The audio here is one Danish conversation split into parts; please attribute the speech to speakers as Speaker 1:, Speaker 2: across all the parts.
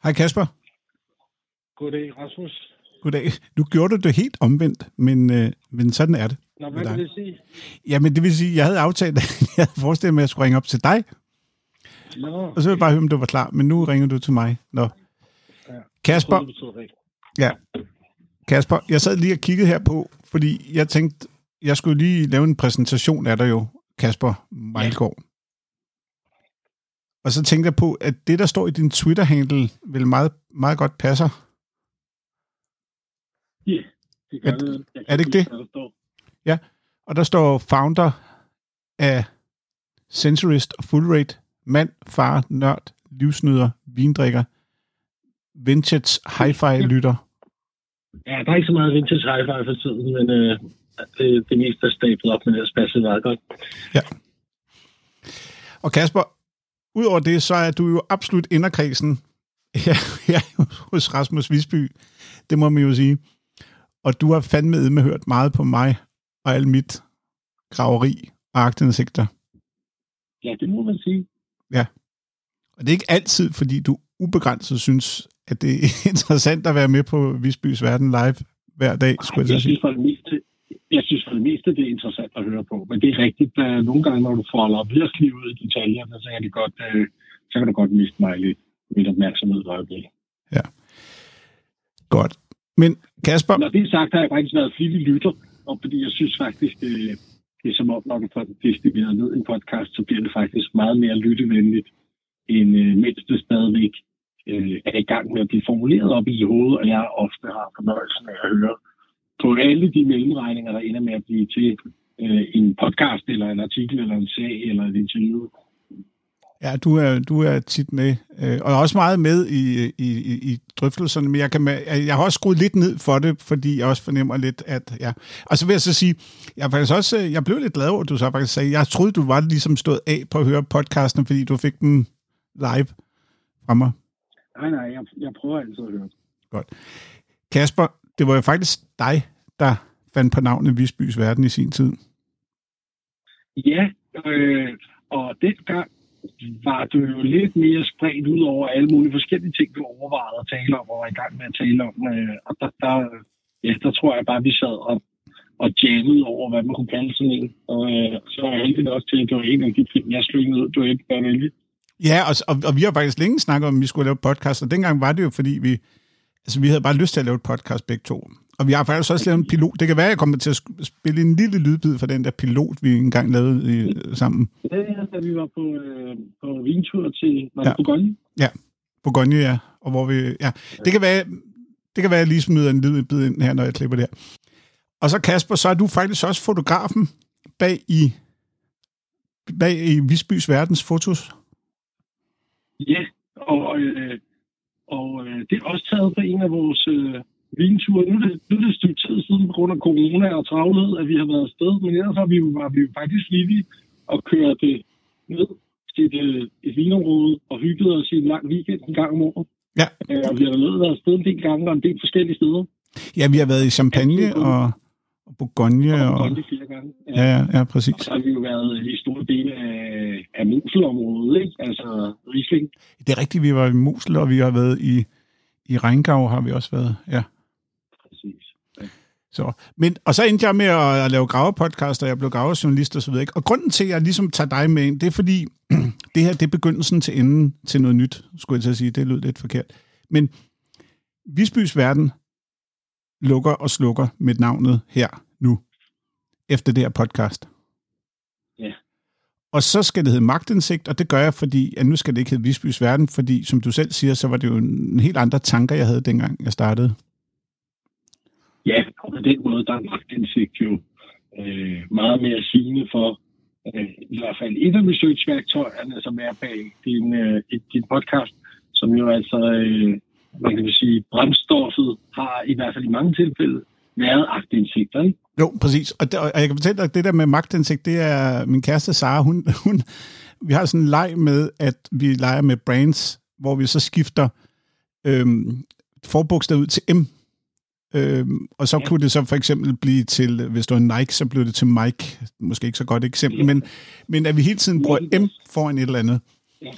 Speaker 1: Hej Kasper.
Speaker 2: Goddag, Rasmus.
Speaker 1: Goddag. Nu gjorde du det helt omvendt, men sådan er det.
Speaker 2: Nå, hvad vil det sige?
Speaker 1: Jamen, det vil sige, at jeg havde aftalt, at jeg havde forestillet mig, at jeg skulle ringe op til dig.
Speaker 2: Nå.
Speaker 1: Og så vil jeg bare høre, om du var klar, men nu ringer du til mig. Nå.
Speaker 2: Ja.
Speaker 1: Kasper. Ja. Kasper, jeg sad lige og kiggede her på, fordi jeg tænkte, jeg skulle lige lave en præsentation af dig jo, Kasper Mejlgaard. Ja. Og så tænkte jeg på, at det, der står i din Twitter-handle, vel meget, meget godt passer.
Speaker 2: Ja, det gør det.
Speaker 1: Er det ikke det? Ja, og der står founder af Sensorist og Full Rate, mand, far, nørd, livsnyder, vindrikker, vintage hi-fi-lytter.
Speaker 2: Ja, der er ikke så meget vintage hi-fi for tiden, men det meste er stablet op, men det passer meget godt.
Speaker 1: Ja. Og Kasper, udover det, så er du jo absolut inderkredsen her hos Rasmus Visby. Det må man jo sige. Og du har fandme hørt meget på mig og alt mit graveri og aktindsigter.
Speaker 2: Ja, det må man sige.
Speaker 1: Ja. Og det er ikke altid, fordi du ubegrænset synes, at det er interessant at være med på Visbys Verden live hver dag, skulle jeg sige.
Speaker 2: Jeg synes for det meste, det er interessant at høre på. Men det er rigtigt, at nogle gange, når du folder virkelig ud i detaljerne, så kan du godt miste mig lidt opmærksomhed i øjeblikket.
Speaker 1: Ja. Godt. Men Kasper...
Speaker 2: Når det er sagt, har jeg faktisk været flittig lytter, og fordi jeg synes faktisk, det er som om, når du får distribueret ned en podcast, så bliver det faktisk meget mere lyttevenligt, end mens det stadigvæk er i gang med at blive formuleret op i hovedet, og jeg ofte har fornøjelsen af at høre på alle de mellemregninger, der ender med at blive til en podcast, eller en artikel, eller en sag, eller et interview.
Speaker 1: Ja, du er tit med, og også meget med i drøftelserne, men jeg har også skruet lidt ned for det, fordi jeg også fornemmer lidt, at ja. Og så vil jeg så sige, jeg blev lidt glad over, at du så faktisk sagde, jeg troede, du var ligesom stået af på at høre podcasten, fordi du fik den live fra mig.
Speaker 2: Nej, jeg prøver altid at høre det.
Speaker 1: Godt. Kasper, det var jo faktisk dig, der fandt på navnet Visbys Verden i sin tid.
Speaker 2: Ja, og dengang var du jo lidt mere spredt ud over alle mulige forskellige ting, du overvejede at tale om, og var i gang med at tale om. Og der tror jeg bare, vi sad og jammede over, hvad man kunne kalde sådan en. Og så er jeg heldig også til, at det var en af de ting, jeg slyngede ud, du ikke bør vælge.
Speaker 1: Ja, og vi har faktisk længe snakket om, at vi skulle lave et podcast, og dengang var det jo, fordi vi havde bare lyst til at lave et podcast begge to. Og vi har faktisk også lavet en pilot. Det kan være, at jeg kommer til at spille en lille lydbid for den der pilot, vi engang lavede sammen.
Speaker 2: Ja, da vi var på vintur til Bourgogne.
Speaker 1: Ja, Bourgogne, ja. Og hvor vi, ja. Det kan være, at jeg lige smider en lille bid ind her, når jeg klipper det her. Og så Kasper, så er du faktisk også fotografen bag i Visbys Verdens fotos.
Speaker 2: Ja, og det er også taget på en af vores vinture. Nu er det et stykke tid siden på grund af corona og travlhed, at vi har været afsted, men ellers var vi jo faktisk flittige og køre det ned til et vinområde og hyggede os i en lang weekend en gang om året. Ja. Og vi har været afsted en del gange og en del forskellige steder.
Speaker 1: Ja, vi har været i Champagne og Bourgogne.
Speaker 2: Og Bourgogne 4 gange.
Speaker 1: Ja, præcis.
Speaker 2: Og så har vi jo været i store dele af Moselområdet, ikke? Altså Riesling.
Speaker 1: Det er rigtigt, vi var i Mosel, og vi har været i Rheingau har vi også været, ja.
Speaker 2: Præcis. Ja.
Speaker 1: Så, og så endte jeg med at lave graverpodcast, og jeg blev graverjournalist og så videre. Ikke? Og grunden til, at jeg ligesom tager dig med ind, det er fordi, det her, det er begyndelsen til enden til noget nyt, skulle jeg til at sige. Det lød lidt forkert. Men Visbys Verden lukker og slukker med navnet her nu, efter det her podcast.
Speaker 2: Ja.
Speaker 1: Og så skal det hedde Magtindsigt, og det gør jeg, fordi at nu skal det ikke hedde Visbys Verden, fordi som du selv siger, så var det jo en helt andre tanker, jeg havde dengang, jeg startede.
Speaker 2: Ja, og på den måde, der er Magtindsigt jo meget mere sigende for i hvert fald et af research-værktøjerne, som er bag din podcast, som jo altså, man kan sige, brændstoffet har i hvert fald i mange tilfælde været aktindsigter, ikke?
Speaker 1: Jo, præcis. Og jeg kan fortælle dig, at det der med magtindsigt, det er min kæreste Sara, hun vi har sådan en leg med, at vi leger med brands, hvor vi så skifter forbogstavet ud til M. Og så kunne det så for eksempel blive til, hvis du er Nike, så blev det til Mike. Måske ikke så godt eksempel, men at vi hele tiden bruger M foran et eller andet.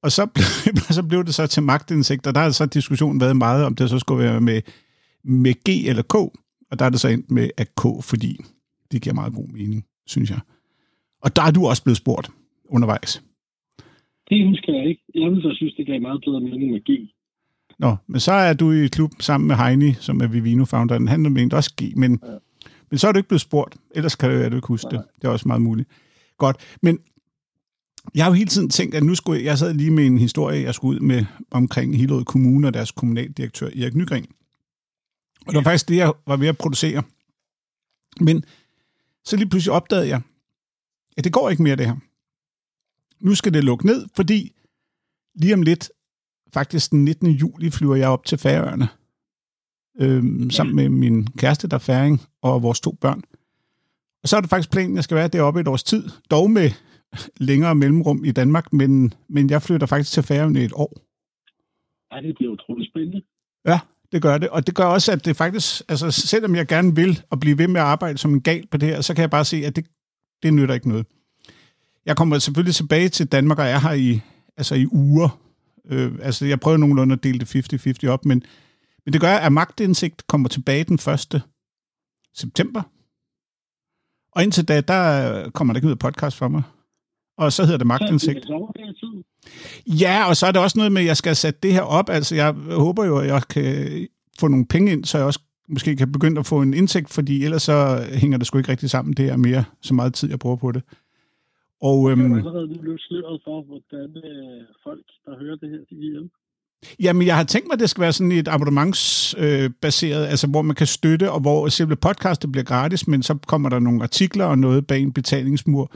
Speaker 1: Og så blev det så til magtindsigt, og der har så diskussionen været meget, om det så skulle være med G eller K, og der er det så endt med at K, fordi det giver meget god mening, synes jeg. Og der er du også blevet spurgt undervejs.
Speaker 2: Det husker jeg ikke. Jeg vil så synes, det gav meget bedre mening med G.
Speaker 1: Nå, men så er du i klub sammen med Heini, som er Vivino-founderen. Han mente også G, men så er du ikke blevet spurgt. Ellers kan du ikke huske det. Det er også meget muligt. Godt, men jeg har jo hele tiden tænkt, at nu skulle jeg sad lige med en historie, jeg skulle ud med omkring Hillerød Kommune og deres kommunaldirektør Erik Nygren. Og det var faktisk det, jeg var ved at producere. Men så lige pludselig opdagede jeg, at det går ikke mere det her. Nu skal det lukke ned, fordi lige om lidt, faktisk den 19. juli, flyver jeg op til Færøerne. Sammen med min kæreste, der er færing, og vores 2 børn. Og så er det faktisk planen, at jeg skal være deroppe et års tid. Dog med længere mellemrum i Danmark, men jeg flytter faktisk til Færøerne i et år.
Speaker 2: Ej, det bliver utroligt spændende.
Speaker 1: Ja, det gør det. Og det gør også, at det faktisk, altså selvom jeg gerne vil og blive ved med at arbejde som en gal på det her, så kan jeg bare se, at det nytter ikke noget. Jeg kommer selvfølgelig tilbage til Danmark, og er her i uger. Altså, jeg prøver nogenlunde at dele det 50-50 op, men det gør, at magtindsigt kommer tilbage den 1. september. Og indtil da, der kommer der ikke noget podcast for mig. Og så hedder det magtindsigt. Ja, og så er det også noget med, at jeg skal sætte det her op. Altså, jeg håber jo, at jeg kan få nogle penge ind, så jeg også måske kan begynde at få en indtægt, fordi ellers så hænger det sgu ikke rigtig sammen. Det er mere så meget tid, jeg bruger på det. Og
Speaker 2: jeg har allerede nu blevet sløret for, hvordan folk, der hører det her, de vil hjælpe.
Speaker 1: Jamen, jeg har tænkt mig, at det skal være sådan et abonnementsbaseret, altså hvor man kan støtte, og hvor selve podcastet bliver gratis, men så kommer der nogle artikler og noget bag en betalingsmur.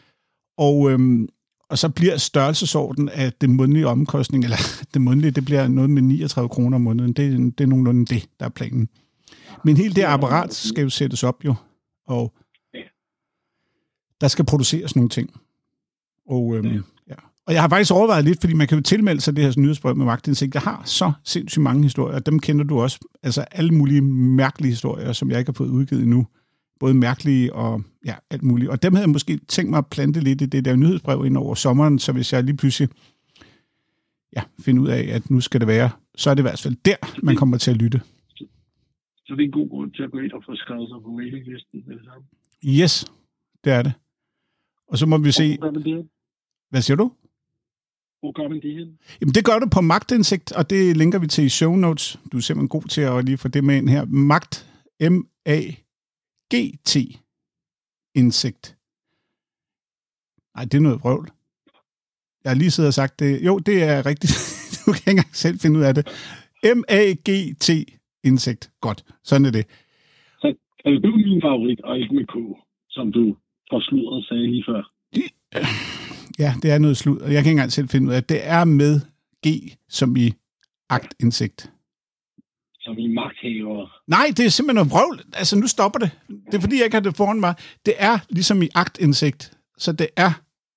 Speaker 1: Og så bliver størrelsesorden af det månedlige omkostning, eller det månedlige, det bliver noget med 39 kroner om måneden. Det er nogenlunde det, der er planen. Men hele det apparat skal jo sættes op jo, og der skal produceres nogle ting. Og jeg har faktisk overvejet lidt, fordi man kan jo tilmelde sig det her nyhedsbrev med magtindsigt. Jeg har så sindssygt mange historier, og dem kender du også. Altså alle mulige mærkelige historier, som jeg ikke har fået udgivet endnu. Både mærkelige og alt muligt. Og dem havde jeg måske tænkt mig at plante lidt i det der nyhedsbrev ind over sommeren, så hvis jeg lige pludselig finder ud af, at nu skal det være, så er det i hvert fald der, man kommer til at lytte.
Speaker 2: Så det er en god grund til at gå ind og få skrevet sig på mailinglisten med det samme.
Speaker 1: Yes, det er det. Og så må vi se... Hvad siger du?
Speaker 2: Hvor gør man det hen?
Speaker 1: Jamen, det gør du på magtindsigt, og det linker vi til i show notes. Du er simpelthen god til at lige få det med ind her. Magt, M-A-G-T, indsigt. Nej, det er noget vrøvl. Jeg har lige siddet og sagt det. Jo, det er rigtigt. Du kan ikke engang selv finde ud af det. M-A-G-T, indsigt. Godt, sådan er det.
Speaker 2: Så det er min favorit, og ikke med K, som du forsludret sagde lige før.
Speaker 1: Ja, det er noget slud, og jeg kan ikke engang selv finde ud af, at det er med G, som i aktindsigt.
Speaker 2: Som i magthaver.
Speaker 1: Nej, det er simpelthen noget vrøvl. Altså, nu stopper det. Det er fordi, jeg ikke har det foran mig. Det er ligesom i aktindsigt. Så det er...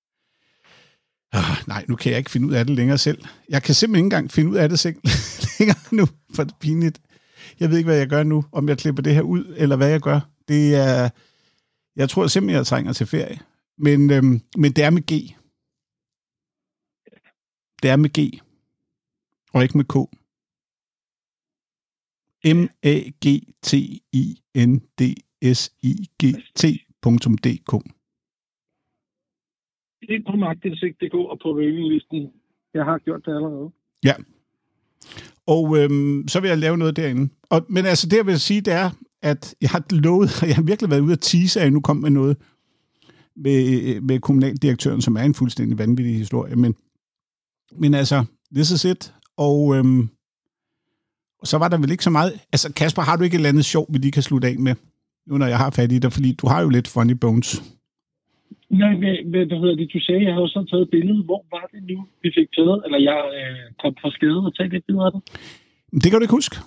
Speaker 1: nej, nu kan jeg ikke finde ud af det længere selv. Jeg kan simpelthen ikke engang finde ud af det selv længere nu, for det er pinligt. Jeg ved ikke, hvad jeg gør nu, om jeg klipper det her ud, eller hvad jeg gør. Det er... Jeg tror simpelthen, jeg trænger til ferie. Men det er med G. Det er med G. Og ikke med K. magtindsigt.dk.
Speaker 2: Det er på magtindsigt.dk og på mailinglisten. Jeg har gjort det allerede.
Speaker 1: Ja. Og så vil jeg lave noget derinde. Men altså det, jeg vil sige, det er, at jeg har lovet, og jeg har virkelig været ude at tease, at jeg nu kom med noget med kommunaldirektøren, som er en fuldstændig vanvittig historie. Men altså, this is it. Og så var der vel ikke så meget... Altså, Kasper, har du ikke et eller andet sjov, vi lige kan slutte af med, nu når jeg har fat i dig? Fordi du har jo lidt funny bones.
Speaker 2: Nej, hvad hedder det, du sagde? Jeg har jo så taget et billede. Hvor var det nu, vi fik taget? Eller jeg kom fra skade og taget et billede af det?
Speaker 1: Det kan du ikke huske.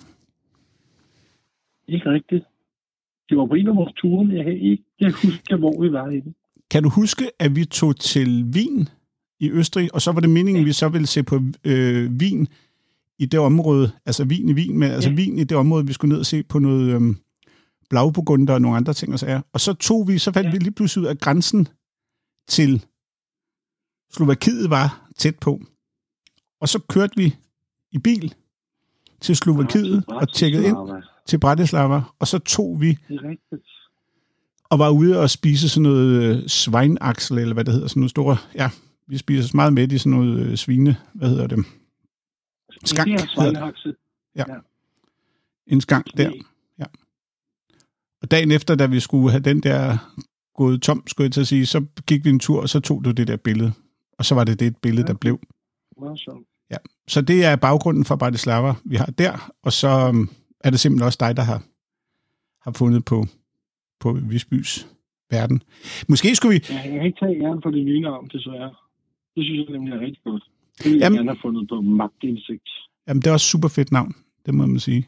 Speaker 2: Ikke rigtigt. Det var på en af vores ture, men jeg kan ikke huske, hvor vi var i det.
Speaker 1: Kan du huske, at vi tog til Wien i Østrig, og så var det meningen, at vi så ville se på Wien i det område, altså Wien i Wien, men altså Wien i det område, vi skulle ned og se på noget Blauburgunder og nogle andre ting og sager. Og så fandt vi lige pludselig ud af grænsen til Slovakiet var tæt på. Og så kørte vi i bil til Slovakiet og tjekkede ind til Bratislava, og så tog vi og var ude og spise sådan noget svinaksel, eller hvad det hedder, sådan nogle store, ja, vi spiser så meget med i sådan noget svine, hvad hedder det? Skank. Ja. En skank der. Ja. Og dagen efter, da vi skulle have den der gået tom, skulle jeg til at sige, så gik vi en tur, og så tog du det der billede. Og så var det et billede, der blev. Ja. Så det er baggrunden for Bratislava, vi har der, og så er det simpelthen også dig, der har fundet på Visbys verden. Måske skulle vi...
Speaker 2: Jeg kan ikke tage æren for det nye navn, desværre. Det synes jeg nemlig er rigtig godt. Det jeg gerne har fundet på magtindsigt.
Speaker 1: Jamen, det er også super fedt navn, det må man sige.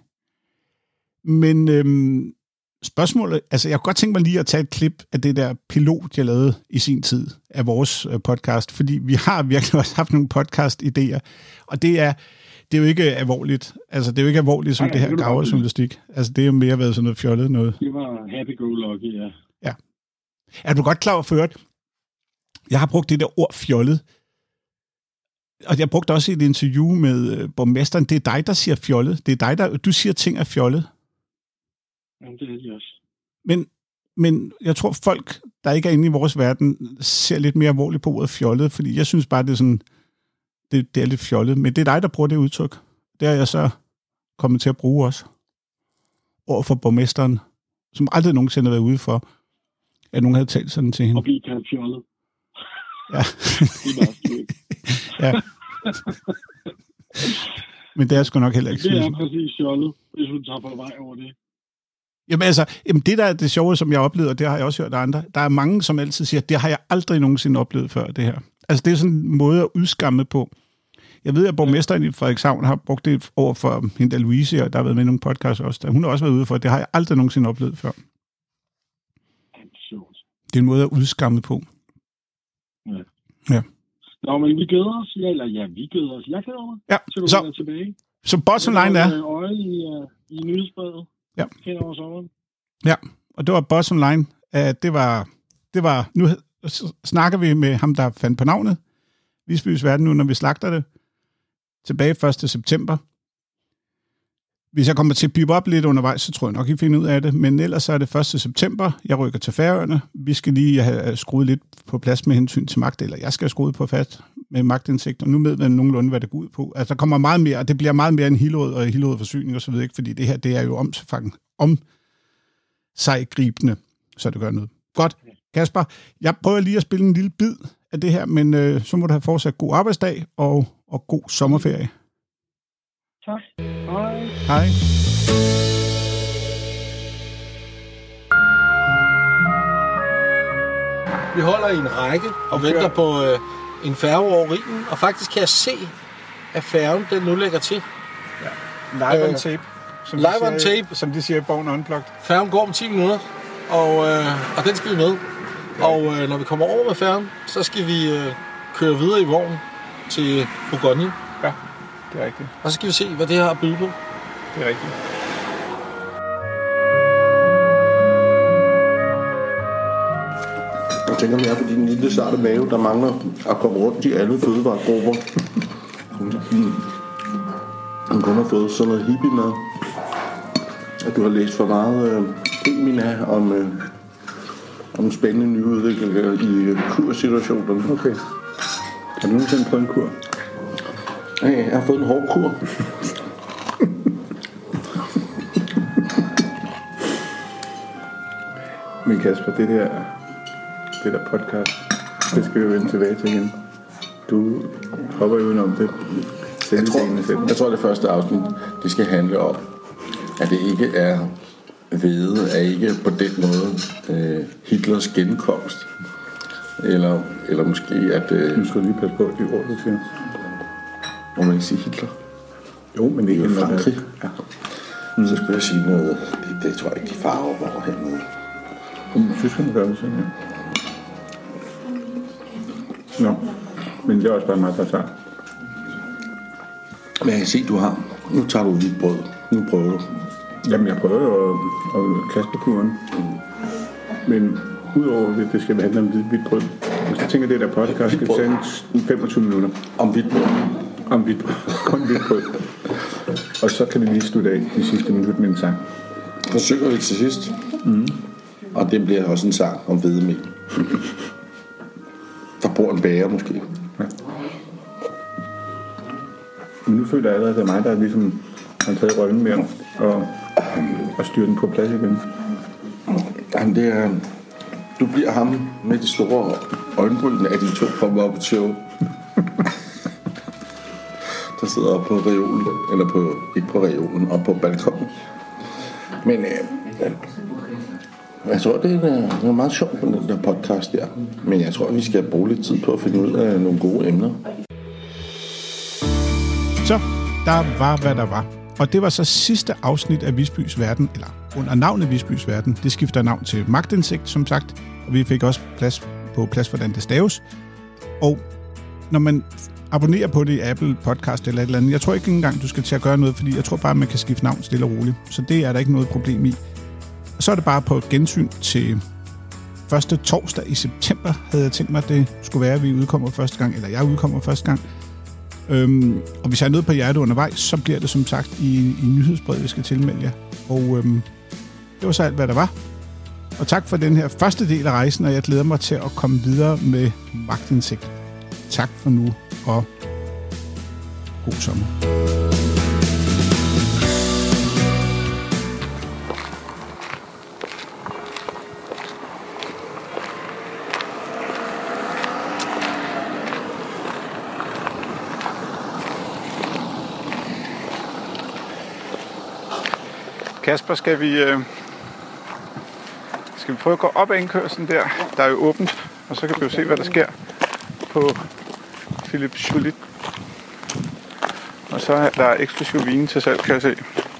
Speaker 1: Men spørgsmålet... Altså, jeg kunne godt tænke mig lige at tage et klip af det der pilot, jeg lavede i sin tid af vores podcast, fordi vi har virkelig også haft nogle podcast-idéer, og det er jo ikke alvorligt. Altså, det er jo ikke alvorligt som det her graverjournalistik. Altså, det er jo mere været sådan noget fjollet noget.
Speaker 2: Det var happy-go-lucky, ja.
Speaker 1: Ja. Er du godt klar over før? Jeg har brugt det der ord fjollet. Og jeg brugte også et interview med borgmesteren. Det er dig, der siger fjollet. Det er dig, du siger ting er fjollet.
Speaker 2: Jamen, det er de også.
Speaker 1: Men jeg tror, folk, der ikke er inde i vores verden, ser lidt mere alvorligt på ordet fjollet, fordi jeg synes bare, det er sådan... Det er lidt fjollet, men det er dig, der bruger det udtryk. Det er jeg så kommet til at bruge også. Over for borgmesteren, som aldrig nogensinde har været ude for, at nogen havde talt sådan til hende.
Speaker 2: Og blive kaldt fjollet.
Speaker 1: Ja. Ja. Men det er sgu nok heller ikke.
Speaker 2: Det er præcis fjollet, hvis hun tager på vej over det.
Speaker 1: Jamen det der er det sjove, som jeg oplevede, og det har jeg også hørt af andre, der er mange, som altid siger, det har jeg aldrig nogensinde oplevet før, det her. Altså det er sådan en måde at udskamme på. Jeg ved, at borgmesteren i Frederikshavn har brugt det over for hende Louise, og der har været med i nogle podcasts også. Hun har også været ude for, det har jeg aldrig nogensinde oplevet før. Det er en måde at udskamme på. Ja.
Speaker 2: Nå, men vi glæder os. Vi glæder os. Jeg glæder mig.
Speaker 1: Ja, så bottom line er...
Speaker 2: øje i nyhedsbrevet.
Speaker 1: Ja.
Speaker 2: Hen over sommeren.
Speaker 1: Ja, og det var bottom line. Det var nu snakker vi med ham, der fandt på navnet. Visbys verden nu, når vi slagter det. Tilbage 1. september. Hvis jeg kommer til at pipe op lidt undervejs, så tror jeg nok, I finder ud af det. Men ellers så er det 1. september. Jeg rykker til Færøerne. Vi skal lige have skruet lidt på plads med hensyn til magt, eller jeg skal have skruet på fast med magtindsigt, og nu ved man nogenlunde, hvad det går ud på. Altså, der kommer meget mere, og det bliver meget mere en Hillerød og Hillerød forsyning og så videre, ikke? Fordi det her, det er jo om sig gribende, så det gør noget. Godt. Kasper, jeg prøver lige at spille en lille bid af det her, men så må du have fortsat god arbejdsdag og god sommerferie.
Speaker 2: Tak. Hej.
Speaker 1: Hej.
Speaker 3: Vi holder i en række og venter på en færge over Rhinen, og faktisk kan jeg se, at færgen den nu lægger til.
Speaker 1: Ja. Live on tape. Som de siger i Born Unplugged.
Speaker 3: Færgen går om 10 minutter, og den skal vi med. Ja. Og når vi kommer over med færgen, så skal vi køre videre i vognen til Bourgogne.
Speaker 1: Ja, det er rigtigt.
Speaker 3: Og så skal vi se, hvad det her har at byde på.
Speaker 1: Det er rigtigt.
Speaker 4: Jeg tænker mere på din lille sarte mave, der mangler at komme rundt i alle fødevaregrupper. Hun kun har fået sådan noget hippie-mad. At du har læst for meget Emina om spændende nyudviklinger i kursituationen.
Speaker 5: Okay. Har du nogensinde prøvet en kur?
Speaker 4: Ja, jeg har fået en hård kur.
Speaker 5: Men Kasper, det der podcast, det skal vi vende tilbage til igen. Du hopper jo udenom det.
Speaker 4: Jeg tror, det første afsnit, det skal handle om, at det ikke er hvede, er ikke på den måde Hitlers genkomst. Eller måske at...
Speaker 5: Nu skal du lige passe på de ord, du siger.
Speaker 4: Må man ikke sige Hitler?
Speaker 5: Jo, men det er
Speaker 4: ikke Frankrig.
Speaker 5: Ja.
Speaker 4: Så skulle jeg sige noget... Det tror jeg ikke, de farver var hernede.
Speaker 5: Tyskerne gør det sådan, ja. Nå, men det er også bare meget tager.
Speaker 4: Men jeg kan se, du har... Nu tager du dit brød. Nu prøver du.
Speaker 5: Jamen, jeg prøver jo at kaste på kuren. Men udover det skal handle om hvidt brød. Jeg tænker, det der podcast skal sendes 25 minutter.
Speaker 4: Om hvidt brød?
Speaker 5: Om kun hvidt brød. Og så kan vi lige slutte af de sidste minut med en sang.
Speaker 4: Så synger vi til sidst. Og det bliver også en sang om hvedemel. Der bor en bager måske.
Speaker 5: Ja. Men nu føler jeg allerede, at det er mig, der ligesom har taget rollen med og styre den på plads igen.
Speaker 4: Jamen, det er... Du bliver ham med de store øjenbryn af de to fra Muppet Show. Der sidder oppe på reolen, eller på, ikke på reolen, oppe på balkonen. Men jeg tror, det er meget sjovt med den der podcast der. Men jeg tror, vi skal bruge lidt tid på at finde ud af nogle gode emner.
Speaker 1: Så der var, hvad der var. Og det var så sidste afsnit af Visbys Verden, eller under navnet Visbys Verden. Det skifter navn til Magtindsigt, som sagt. Og vi fik også plads, hvordan det staves. Og når man abonnerer på det i Apple Podcast eller et eller andet, jeg tror ikke engang, du skal til at gøre noget, fordi jeg tror bare, man kan skifte navn stille og roligt. Så det er der ikke noget problem i. Og så er det bare på gensyn til første torsdag i september, havde jeg tænkt mig, at det skulle være, at vi udkommer første gang, eller jeg udkommer første gang. Og hvis jeg er noget på hjertet undervejs, så bliver det som sagt i nyhedsbrevet, vi skal tilmelde jer. Og det var så alt, hvad der var. Og tak for den her første del af rejsen, og jeg glæder mig til at komme videre med magtindsigt. Tak for nu, og god sommer. Kasper, skal vi prøve at gå op ad indkørslen der? Der er jo åbent, og så kan vi jo se, hvad der sker på Philips Julit. Og så er der eksklusiv vin til salg, kan jeg se.